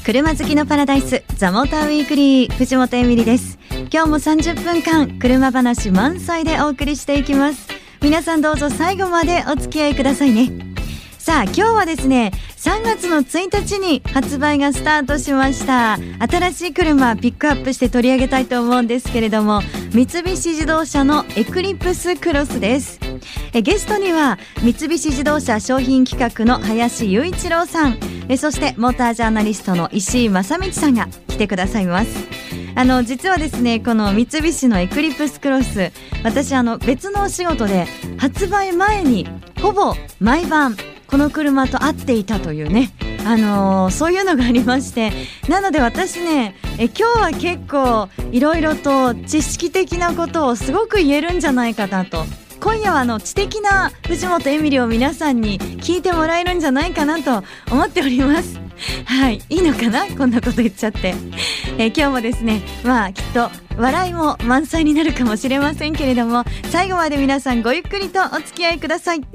車好きのパラダイス、ザ・モーターウィークリー、藤本エミリです。今日も30分間車話満載でお送りしていきます。皆さんどうぞ最後までお付き合いくださいね。さあ今日はですね、3月の1日に発売がスタートしました新しい車ピックアップして取り上げたいと思うんですけれども、三菱自動車のエクリプスクロスです。ゲストには三菱自動車商品企画の林雄一郎さん、そしてモータージャーナリストの石井正道さんが来てくださいます。実はですね、この三菱のエクリプスクロス、私別のお仕事で発売前にほぼ毎晩この車と会っていたというね、そういうのがありまして、なので私ね、今日は結構いろいろと知識的なことをすごく言えるんじゃないかなと、今夜は知的な藤本エミリを皆さんに聞いてもらえるんじゃないかなと思っております。はい、いいのかな、こんなこと言っちゃって。今日もですね、きっと笑いも満載になるかもしれませんけれども、最後まで皆さんごゆっくりとお付き合いください。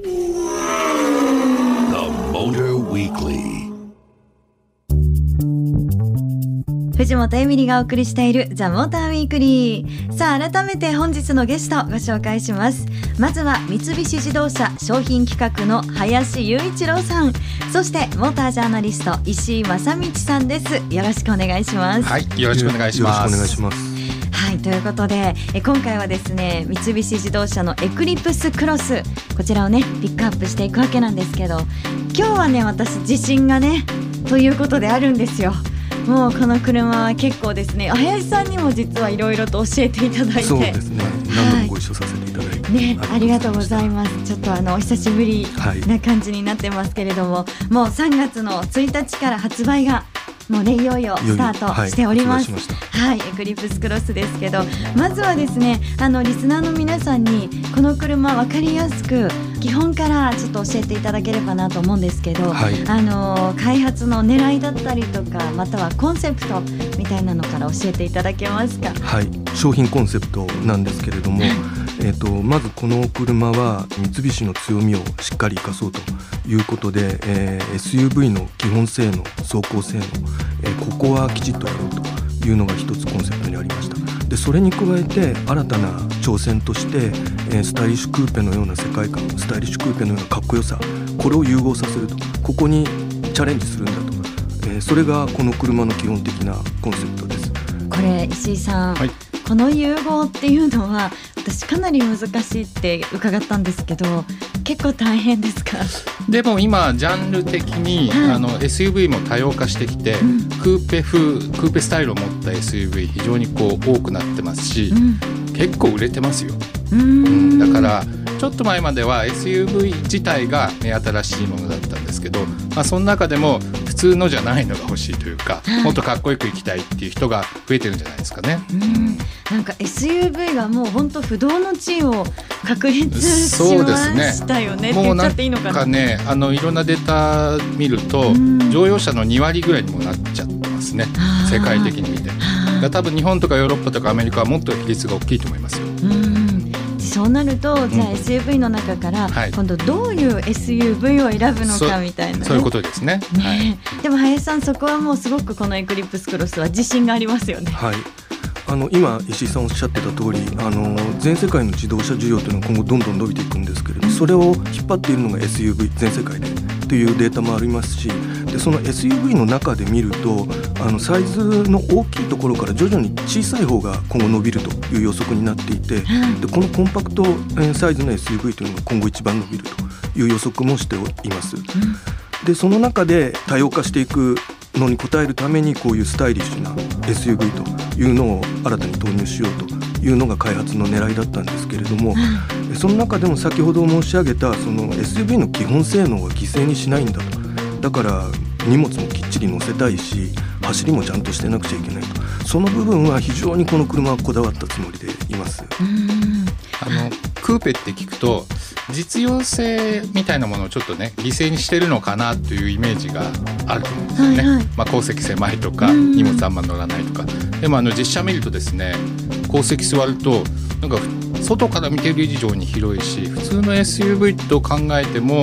藤本エミリがお送りしているザ・モーターウィークリー。さあ改めて本日のゲストをご紹介します。まずは三菱自動車商品企画の林雄一郎さん、そしてモータージャーナリスト石井正道さんです。よろしくお願いします。 はい、よろしくお願いします。 よろしくお願いします。 はい、ということで今回はですね、三菱自動車のエクリプスクロス、こちらをねピックアップしていくわけなんですけど、今日はね私自信がねということであるんですよ。もうこの車は結構ですね、林さんにも実はいろいろと教えていただいて、 そうですね、何度もご一緒させていただいて、 ね、ありがとうございます。ちょっとお久しぶりな感じになってますけれども、もう3月の1日から発売がもうね、いよいよスタートしております。はい、エクリプスクロスですけど、まずはですね、リスナーの皆さんにこの車分かりやすく基本からちょっと教えていただければなと思うんですけど、 はい、 開発の狙いだったりとか、またはコンセプトみたいなのから教えていただけますか。 はい、商品コンセプトなんですけれども、まずこの車は三菱の強みをしっかり生かそうということで、SUV の基本性能、走行性能、ここはきちっとやろうというのが一つコンセプトにありました。でそれに加えて新たな挑戦として、スタイリッシュクーペのような世界観、スタイリッシュクーペのようなかっこよさ、これを融合させると、ここにチャレンジするんだと、それがこの車の基本的なコンセプトです。 これ石井さん、 はい、 この融合っていうのは私かなり難しいって伺ったんですけど、結構大変ですか。 でも今ジャンル的に、SUV も多様化してきて、クーペスタイルを持った SUV 非常に多くなってますし、結構売れてますよ。だからちょっと前までは SUV 自体が目新しいものだったんですけど、その中でも普通のじゃないのが欲しいというか、もっとかっこよく生きたいっていう人が増えてるんじゃないですかね。 なんか SUV がもう本当不動の地位を確立しましたよね。って言っちゃっていいのかな。 もうなんかね、いろんなデータ見ると、乗用車の2割ぐらいにもなっちゃってますね、世界的に見て。多分日本とかヨーロッパとかアメリカはもっと比率が大きいと思いますよ。 そうなると、じゃあ SUV の中から今度どういう SUV を選ぶのかみたいな、ね、 そういうことですね。 でも林さん、そこはもうすごくこのエクリプスクロスは自信がありますよね。 はい、今石井さんおっしゃってた通り、全世界の自動車需要というのは今後どんどん伸びていくんですけれども、それを引っ張っているのが SUV 全世界でというデータもありますし、でその SUV の中で見るとサイズの大きいところから徐々に小さい方が今後伸びるという予測になっていて、でこのコンパクトサイズの SUV というのが今後一番伸びるという予測もしています。でその中で多様化していくのに応えるためにこういうスタイリッシュな SUV というのを新たに投入しようというのが開発の狙いだったんですけれども、その中でも先ほど申し上げたその SUV の基本性能は犠牲にしないんだと。だから荷物もきっちり乗せたいし、走りもちゃんとしてなくちゃいけないと。その部分は非常にこの車はこだわったつもりでいます。 クーペって聞くと実用性みたいなものをちょっとね犠牲にしてるのかなというイメージがあると思うんですよね。後席狭いとか荷物あんま乗らないとか。でも実車見るとですね、後席座るとなんか外から見てる以上に広いし、普通の SUV と考えても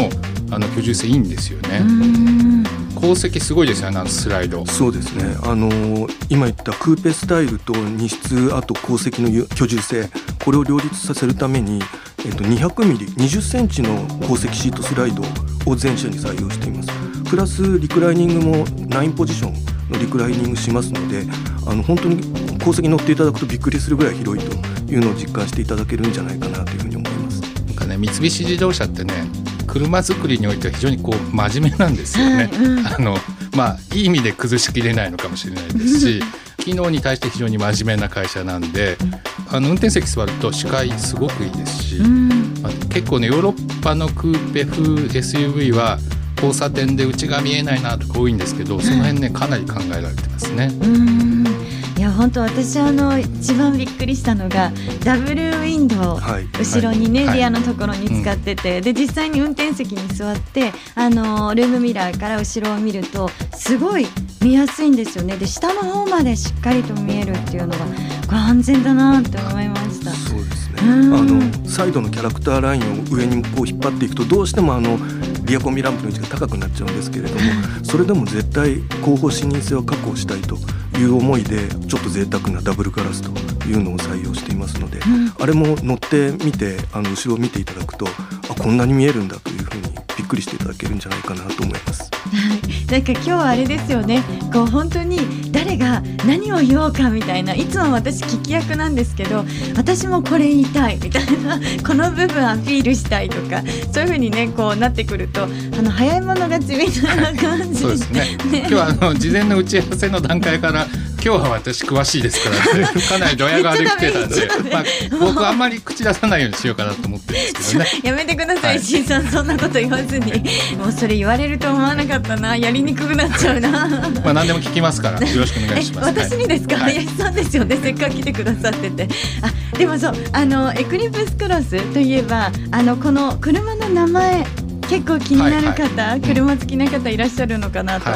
居住性いいんですよね。後席すごいですよね、スライド。 そうですね、今言ったクーペスタイルと荷室、あと後席の居住性、これを両立させるために、200ミリ20センチの後席シートスライドを全車に採用しています。プラスリクライニングも9ポジションのリクライニングしますので、本当に後席乗っていただくとびっくりするぐらい広いというのを実感していただけるんじゃないかなというふうに思います。 なんかね、三菱自動車ってね、車作りにおいては非常に真面目なんですよね。いい意味で崩しきれないのかもしれないですし機能に対して非常に真面目な会社なんで、運転席座ると視界すごくいいですし、結構ね、ヨーロッパのクーペ風 SUV は交差点で内が見えないなとか多いんですけど、その辺ねかなり考えられてますね。 いや本当私一番びっくりしたのがダブルウィンドウ、後ろにね、リアのところに使ってて、で実際に運転席に座ってルームミラーから後ろを見るとすごい見やすいんですよね。で下の方までしっかりと見えるっていうのがこれ安全だなって思いました。 そうですね、サイドのキャラクターラインを上に引っ張っていくとどうしてもリアコンビランプの位置が高くなっちゃうんですけれども、それでも絶対後方視認性を確保したいという思いでちょっと贅沢なダブルガラスというのを採用していますので、あれも乗ってみて後ろを見ていただくとこんなに見えるんだというふうにびっくりしていただけるんじゃないかなと思います。 なんか今日はあれですよね、本当に誰が何を言おうかみたいな、いつも私聞き役なんですけど、私もこれ言いたいみたいなこの部分アピールしたいとか、そういう風にねなってくると早い者勝ちみたいな感じそうですね。今日は事前の打ち合わせの段階から今日は私詳しいですからってかなりドヤ顔で来てたんで、僕あんまり口出さないようにしようかなと思ってるんですけどね。 やめてください、石井さん、そんなこと言わずに。もうそれ言われると思わなかったな、やりにくくなっちゃうな。 何でも聞きますからよろしくお願いします。 私にですか、林さんですよね、せっかく来てくださってて。でもそうエクリプスクロスといえばこの車の名前結構気になる方、車好きな方いらっしゃるのかなと。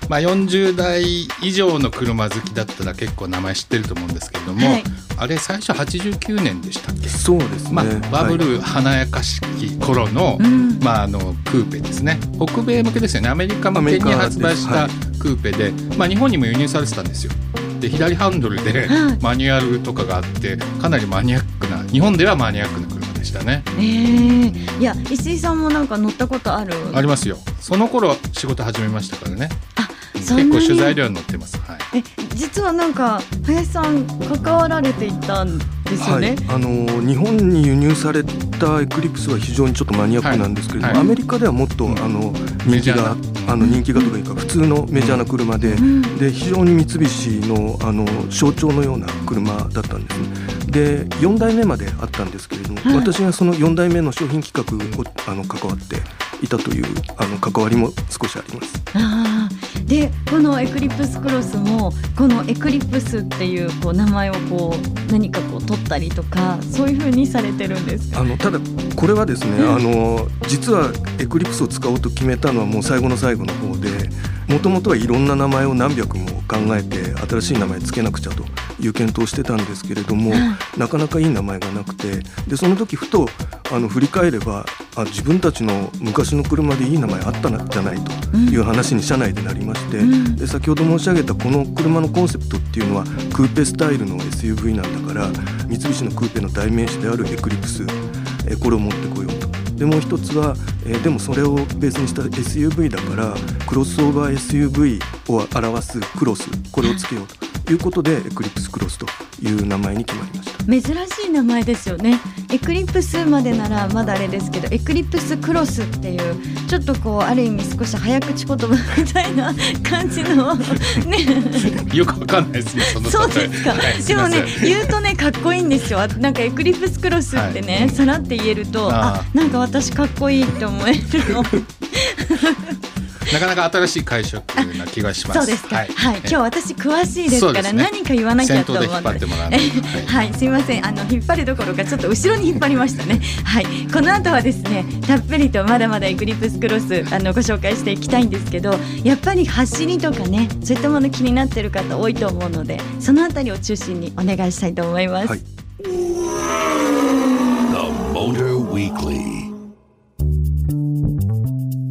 40代以上の車好きだったら結構名前知ってると思うんですけれども、あれ最初89年でしたっけ。 そうですね、 バブル華やかしき頃の、クーペですね。北米向けですよね。アメリカ向けに発売したクーペで、日本にも輸入されてたんですよ。で左ハンドルでマニュアルとかがあってかなりマニアックな、日本ではマニアックな車でしたね。 いや石井さんもなんか乗ったことある？ ありますよ。その頃仕事始めましたからね。結構取材では載ってます。 実はなんか林さん関わられていたんですよね。 日本に輸入されたエクリプスは非常にちょっとマニアックなんですけれども、アメリカではもっと人気がというか普通のメジャーな車で、非常に三菱の象徴のような車だったんですね。で4代目まであったんですけれども、私がその4代目の商品企画を関わっていたという関わりも少しあります。 でこのエクリプスクロスもこのエクリプスっていう名前を何か取ったりとかそういう風にされてるんですか？ ただこれはですね、実はエクリプスを使おうと決めたのはもう最後の最後の方で、もともとはいろんな名前を何百も考えて新しい名前つけなくちゃという検討をしてたんですけれども、なかなかいい名前がなくて、でその時ふと振り返れば自分たちの昔の車でいい名前あったんじゃないという話に社内でなりまして、で先ほど申し上げたこの車のコンセプトっていうのはクーペスタイルの SUV なんだから三菱のクーペの代名詞であるエクリプス、これを持ってこようと。でもう一つは、でもそれをベースにした SUV だからクロスオーバー SUV を表すクロス、これをつけようということでエクリプスクロスという名前に決まりました。 珍しい名前ですよね。エクリプスまでならまだあれですけど、エクリプスクロスっていうちょっとある意味少し早口言葉みたいな感じのねよくわかんないですね、そのそうですか、でもね言うとねかっこいいんですよ。なんかエクリプスクロスってね、さらって言えるとなんか私かっこいいって思えるのなかなか新しい解釈な気がします。 そうですか。今日私詳しいですから何か言わなきゃと思うので、 先頭で引っ張ってもらうすいません、引っ張るどころかちょっと後ろに引っ張りましたね。この後はですねたっぷりとまだまだエクリプスクロスご紹介していきたいんですけど、やっぱり走りとかねそういったもの気になってる方多いと思うので、そのあたりを中心にお願いしたいと思います。 The Motor Weekly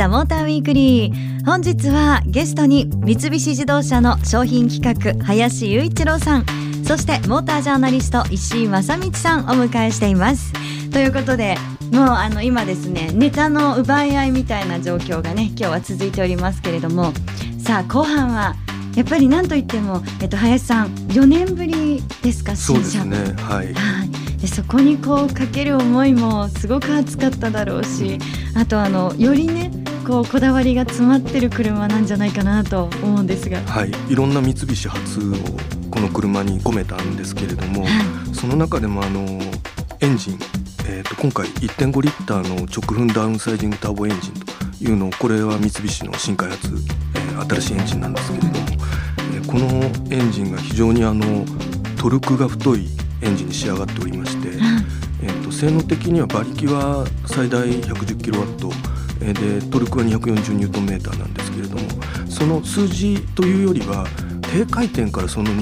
ザ・モーターウィークリー。本日はゲストに三菱自動車の商品企画林雄一郎さん、そしてモータージャーナリスト石井正道さんをお迎えしています。ということで、もう今ですね、ネタの奪い合いみたいな状況がね今日は続いておりますけれども、さあ後半はやっぱり何といっても、林さん4年ぶりですか、新車。 そうですね、はい、 でそこにこうかける思いもすごく熱かっただろうし、あとよりねこだわりが詰まってる車なんじゃないかなと思うんですが、 はい、いろんな三菱発をこの車に込めたんですけれども、その中でもエンジン、今回 1.5 リッターの直噴ダウンサイジングターボエンジンというのを、これは三菱の新開発、新しいエンジンなんですけれども、このエンジンが非常にトルクが太いエンジンに仕上がっておりまして、性能的には馬力は最大 110kW でトルクは 240Nm なんですけれども、その数字というよりは低回転からその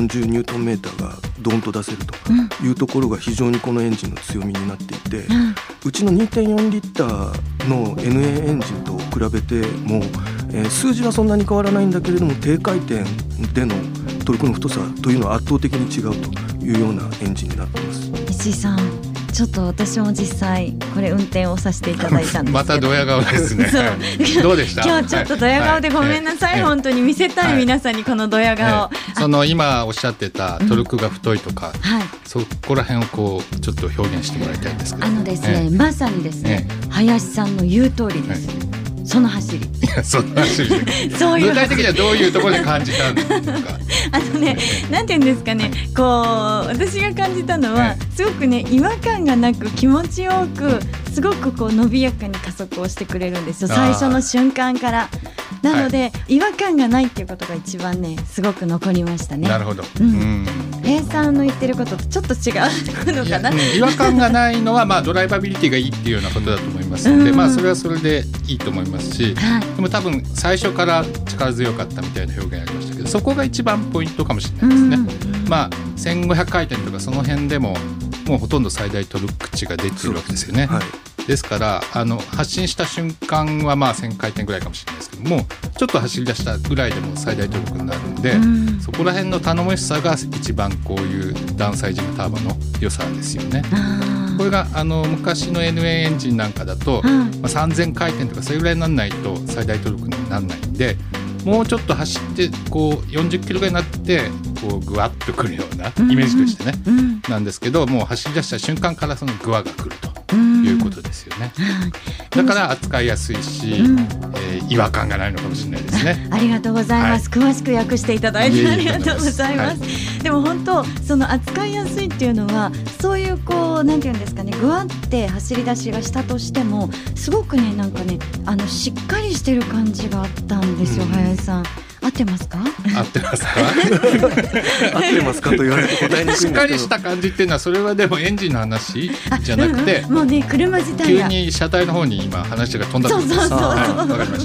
240Nm がドーンと出せるというところが非常にこのエンジンの強みになっていて、うちの 2.4 リッターの NA エンジンと比べても、数字はそんなに変わらないんだけれども、低回転でのトルクの太さというのは圧倒的に違うというようなエンジンになっています。 石井さん、ちょっと私も実際これ運転をさせていただいたんですけどまたドヤ顔ですねどうでした？ 今日ちょっとドヤ顔でごめんなさい、本当に見せたい、皆さんにこのドヤ顔、 その今おっしゃってたトルクが太いとか、そこら辺をちょっと表現してもらいたいんですけど、 ですね、まさにですね、林さんの言う通りです、その走り。 いや、その走りそういう具体的にはどういうところで感じたんですか？ なんていうんですかね、私が感じたのは、すごくね違和感がなく気持ちよく、すごく伸びやかに加速をしてくれるんですよ、最初の瞬間から。なので、違和感がないっていうことが一番ねすごく残りましたね。 なるほど、 林さんの言ってることとちょっと違うのかな。 違和感がないのは、ドライバビリティがいいっていうようなことだと思いますので、それはそれでいいと思いますし、でも多分最初から力強かったみたいな表現ありましたけど、そこが一番ポイントかもしれないですね。1500回転とかその辺でももうほとんど最大トルク値が出ているわけですよね。ですから発進した瞬間は1000回転ぐらいかもしれないですけども、ちょっと走り出したぐらいでも最大トルクになるんで、そこら辺の頼もしさが一番こういうダウンサイジングターボの良さですよね。これが昔の NA エンジンなんかだと、3000回転とかそれぐらいにならないと最大トルクにならないんで、もうちょっと走って40キロぐらいになってグワッとくるようなイメージとしてね、なんですけど、もう走り出した瞬間からそのグワが来るということですよね。だから扱いやすいし、違和感がないのかもしれないですね。 ありがとうございます、詳しく訳していただいてありがとうございます。でも本当その扱いやすいっていうのは、そういうなんていうんですかね、グワって走り出しがしたとしても、すごくねしっかりしてる感じがあったんですよ。林さん、合ってますか？ 合ってますか？ 合ってますかと言われて答えにくいんですけど、しっかりした感じっていうのは、それはでもエンジンの話じゃなくて、 もうね車自体が急に車体の方に今話が飛んだってことです。わかりました。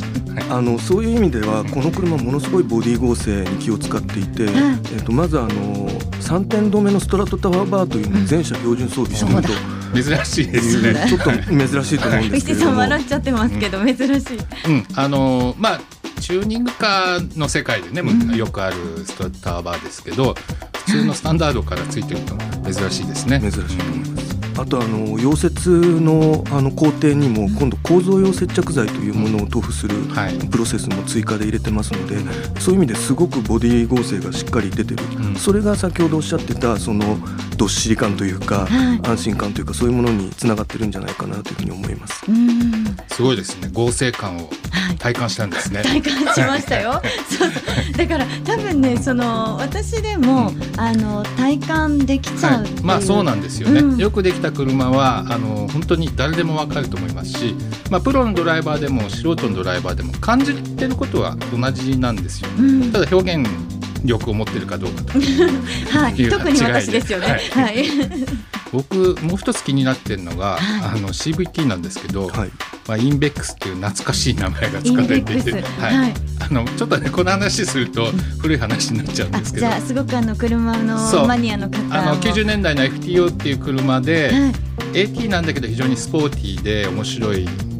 そういう意味ではこの車ものすごいボディ剛性に気を使っていて、まず3点止めのストラトタワーバーというのを全車標準装備していると、 珍しいですね。 ちょっと珍しいと思うんですけれども、 石井さん笑っちゃってますけど、珍しい。 チューニングカーの世界でね、よくあるストラトタワーバーですけど、普通のスタンダードからついてると珍しいですね。 珍しいと思います。あと溶接の工程にも今度構造用接着剤というものを塗布するプロセスも追加で入れてますので、そういう意味ですごくボディ剛性がしっかり出てる、それが先ほどおっしゃってたそのどっしり感というか、安心感というか、そういうものにつながってるんじゃないかなというふうに思います。 すごいですね。剛性感を体感したんですね。 体感しましたよ。そうだから多分ね、私でも、体感できちゃうっていう、 そうなんですよね。よくできた車は本当に誰でも分かると思いますし、プロのドライバーでも素人のドライバーでも感じてることは同じなんですよ。ただ表現力を持ってるかどうかという特に私ですよね。 僕もう一つ気になってるのが、CVT なんですけど、インベックスっていう懐かしい名前が使われていて、ちょっとねこの話すると古い話になっちゃうんですけど、 じゃあすごく車のマニアの方も 90年代の FTO っていう車で、AT なんだけど非常にスポーティーで面白い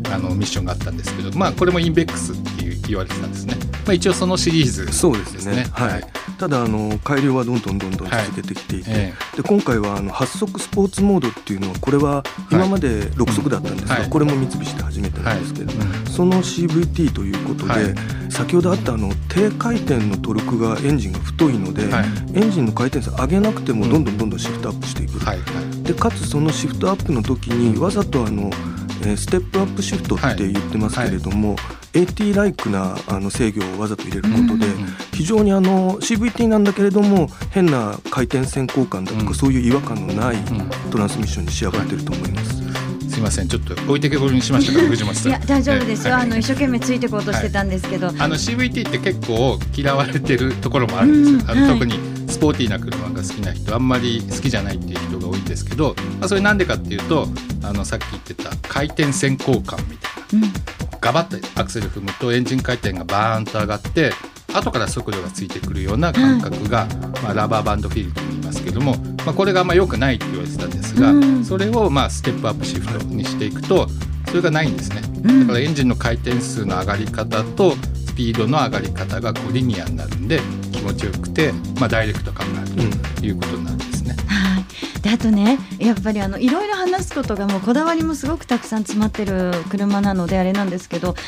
ミッションがあったんですけど、これもインベックスって言われてたんですね。一応そのシリーズですね。 そうですね、はい、ただ改良はどんどん続けてきていて、で今回は8速スポーツモードっていうのはこれは今まで6速だったんですが、これも三菱で初めてなんですけど、その CVT ということで、先ほどあった低回転のトルクがエンジンが太いので、エンジンの回転数上げなくてもどんどんシフトアップしていく、でかつそのシフトアップの時にわざとステップアップシフトって言ってますけれども、AT ライクな制御をわざと入れることで、非常にCVT なんだけれども変な回転線交換だとか、そういう違和感のないトランスミッションに仕上がっていると思います。 すいません、ちょっと置いてけぼりにしましたから藤本さん。 いや大丈夫ですよ、一生懸命ついていこうとしてたんですけど、 CVT って結構嫌われてるところもあるんですよ。特にスポーティーな車が好きな人、あんまり好きじゃないっていう人が多いんですけど、それなんでかっていうとさっき言ってた回転線交換みたいな、ガバッとアクセル踏むとエンジン回転がバーンと上がって後から速度がついてくるような感覚が、ラバーバンドフィールドと言いますけども、これが良くないって言われてたんですが、それをステップアップシフトにしていくとそれがないんですね。だからエンジンの回転数の上がり方とスピードの上がり方がリニアになるんで気持ちよくて、ダイレクト感があるということなんですね。 であとね、やっぱりいろいろ話すことがもうこだわりもすごくたくさん詰まってる車なのであれなんですけど、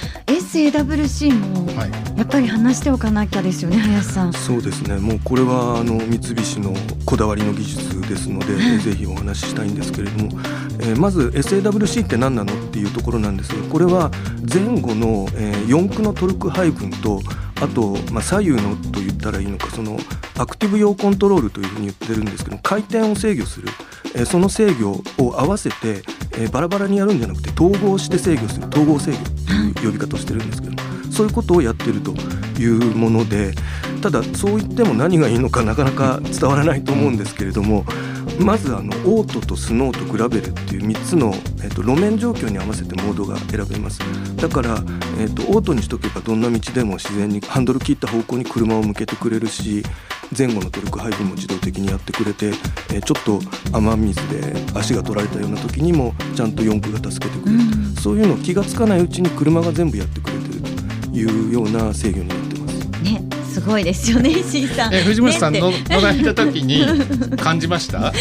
SAWC もやっぱり話しておかなきゃですよね、林さん。 そうですね、もうこれは三菱のこだわりの技術ですので、ぜひお話ししたいんですけれども、まず SAWC って何なのっていうところなんですが、これは前後の4駆のトルク配分と、あと、左右のと言ったらいいのか、そのアクティブ用コントロールというふうに言ってるんですけど、回転を制御する、その制御を合わせて、バラバラにやるんじゃなくて統合して制御する、統合制御っていう呼び方をしてるんですけど、そういうことをやってるというもので、ただそう言っても何がいいのかなかなか伝わらないと思うんですけれども、まずオートとスノーとグラベルっていう3つの、路面状況に合わせてモードが選べます。だから、オートにしとけばどんな道でも自然にハンドル切った方向に車を向けてくれるし、前後のトルク配分も自動的にやってくれて、ちょっと雨水で足が取られたような時にもちゃんと四駆が助けてくれる、そういうのを気がつかないうちに車が全部やってくれてるというような制御になってますね。 すごいですよね、石井さん。 藤本さんの乗られた時に感じました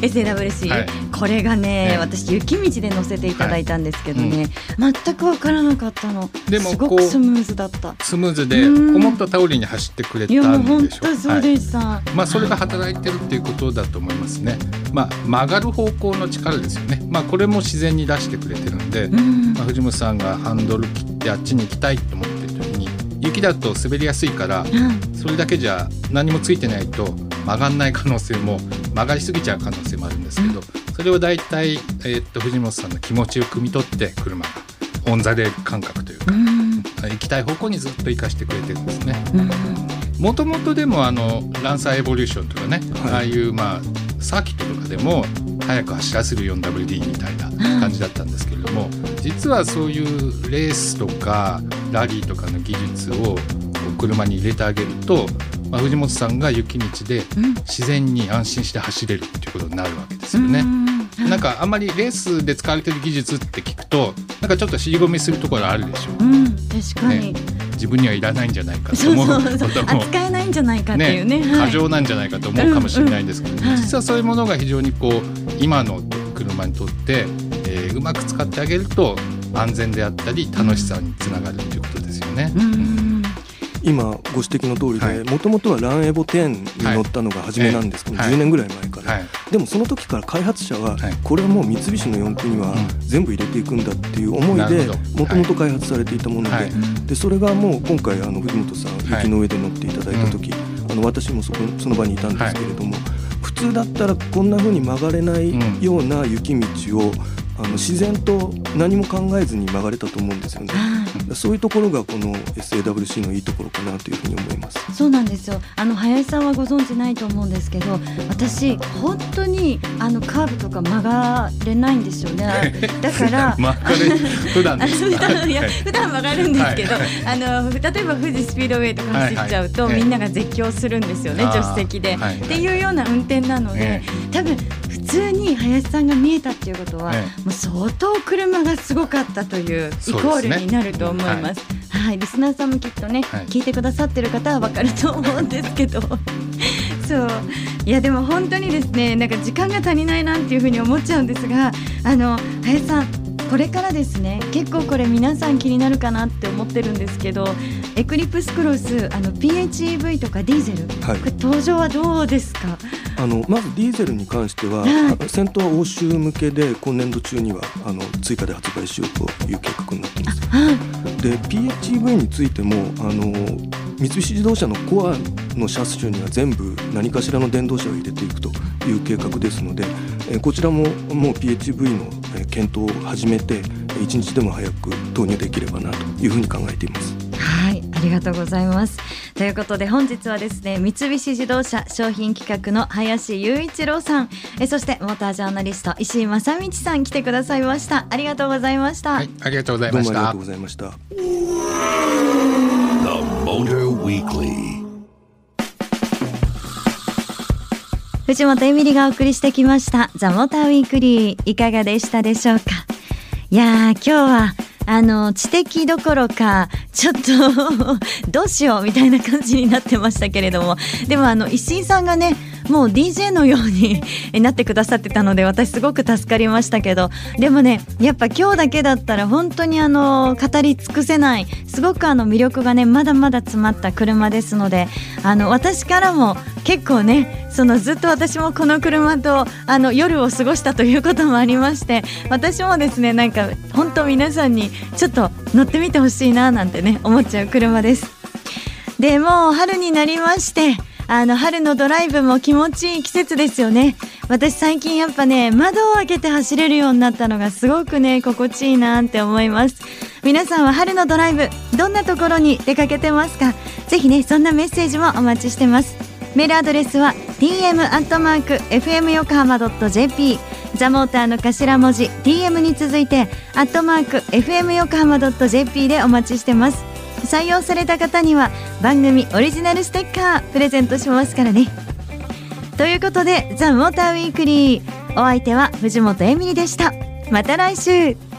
SAWC、これがね、私雪道で乗せていただいたんですけどね、全く分からなかったの。 でもすごくスムーズだった。 スムーズで思った通りに走ってくれたんでしょう。いやもう本当そうでした、 それが働いてるっていうことだと思いますね。曲がる方向の力ですよね。これも自然に出してくれてるんで、藤本さんがハンドル切ってあっちに行きたいと思ってる時に、雪だと滑りやすいから、それだけじゃ何もついてないと曲がんない可能性も、曲がりすぎちゃう可能性もあるんですけど、それをだいたい藤本さんの気持ちを汲み取って車がオンザレール感覚というか、行きたい方向にずっと行かしてくれてるんですね。もともとでもランサーエボリューションとかね、ああいうサーキットとかでも速く走らせる 4WD みたいな感じだったんですけれども、実はそういうレースとかラリーとかの技術を車に入れてあげると、藤本さんが雪道で自然に安心して走れるっていうことになるわけですよね。なんかあんまりレースで使われてる技術って聞くと、なんかちょっと尻込みするところあるでしょう。 確かに、 自分にはいらないんじゃないかと思うことも扱えないんじゃないかっていうね、 過剰なんじゃないかと思うかもしれないんですけど、実はそういうものが非常に今の車にとって、うまく使ってあげると安全であったり楽しさにつながるということですよね。 今ご指摘の通りで、もともとはランエボ10に乗ったのが初めなんですけど、10年ぐらい前から、でもその時から開発者は、これはもう三菱の四駆には全部入れていくんだっていう思いでもともと開発されていたもので、それがもう今回藤本さん雪の上で乗っていただいた時、私もその場にいたんですけれども、普通だったらこんな風に曲がれないような雪道を自然と何も考えずに曲がれたと思うんですよね。そういうところがこの SAWC のいいところかなというふうに思います。 そうなんですよ。林さんはご存知ないと思うんですけど、私本当にカーブとか曲がれないんですよね。だから普段ですか？ 普段曲がるんですけど、例えば富士スピードウェイとか走っちゃうと、みんなが絶叫するんですよね、助手席で、っていうような運転なので、多分普通に林さんが見えたっていうことは、もう相当車がすごかったというイコールになると思います。はい、リスナーさんもきっとね、聞いてくださってる方は分かると思うんですけどそういやでも本当にですね、なんか時間が足りないなっていうふうに思っちゃうんですが、林さんこれからですね、結構これ皆さん気になるかなって思ってるんですけど、エクリプスクロスPHEV とかディーゼル、これ登場はどうですか？ まずディーゼルに関しては、先頭は欧州向けで今年度中には追加で発売しようという計画になっています。で PHEV についても三菱自動車のコアの車種には全部何かしらの電動車を入れていくという計画ですので、こちらももう PHEV の検討を始めて1日でも早く導入できればなというふうに考えています。 はい、ありがとうございます。ということで本日はですね、三菱自動車商品企画の林雄一郎さん、そしてモータージャーナリスト石井正道さん来てくださいました。ありがとうございました。 はい、ありがとうございました。 どうもありがとうございました。 藤本エミリがお送りしてきましたザ・モーターウィークリー、いかがでしたでしょうか？いやー、今日は知的どころかちょっとどうしようみたいな感じになってましたけれども、でも石井さんがねもう DJ のようになってくださってたので私すごく助かりましたけど、でもねやっぱ今日だけだったら本当に語り尽くせない、すごく魅力がねまだまだ詰まった車ですので、私からも結構ねずっと私もこの車と夜を過ごしたということもありまして、私もですねなんか本当皆さんにちょっと乗ってみてほしいななんてね思っちゃう車です。でもう春になりまして、春のドライブも気持ちいい季節ですよね。私最近やっぱね窓を開けて走れるようになったのがすごくね心地いいなって思います。皆さんは春のドライブどんなところに出かけてますか？ぜひねそんなメッセージもお待ちしてます。メールアドレスは tm@fmyokohama.jp、 ザモーターの頭文字 tm に続いて@fmyokohama.jp でお待ちしてます。採用された方には番組オリジナルステッカープレゼントしますからね。ということでザ・モーターウィークリー、お相手は藤本エミリでした。また来週。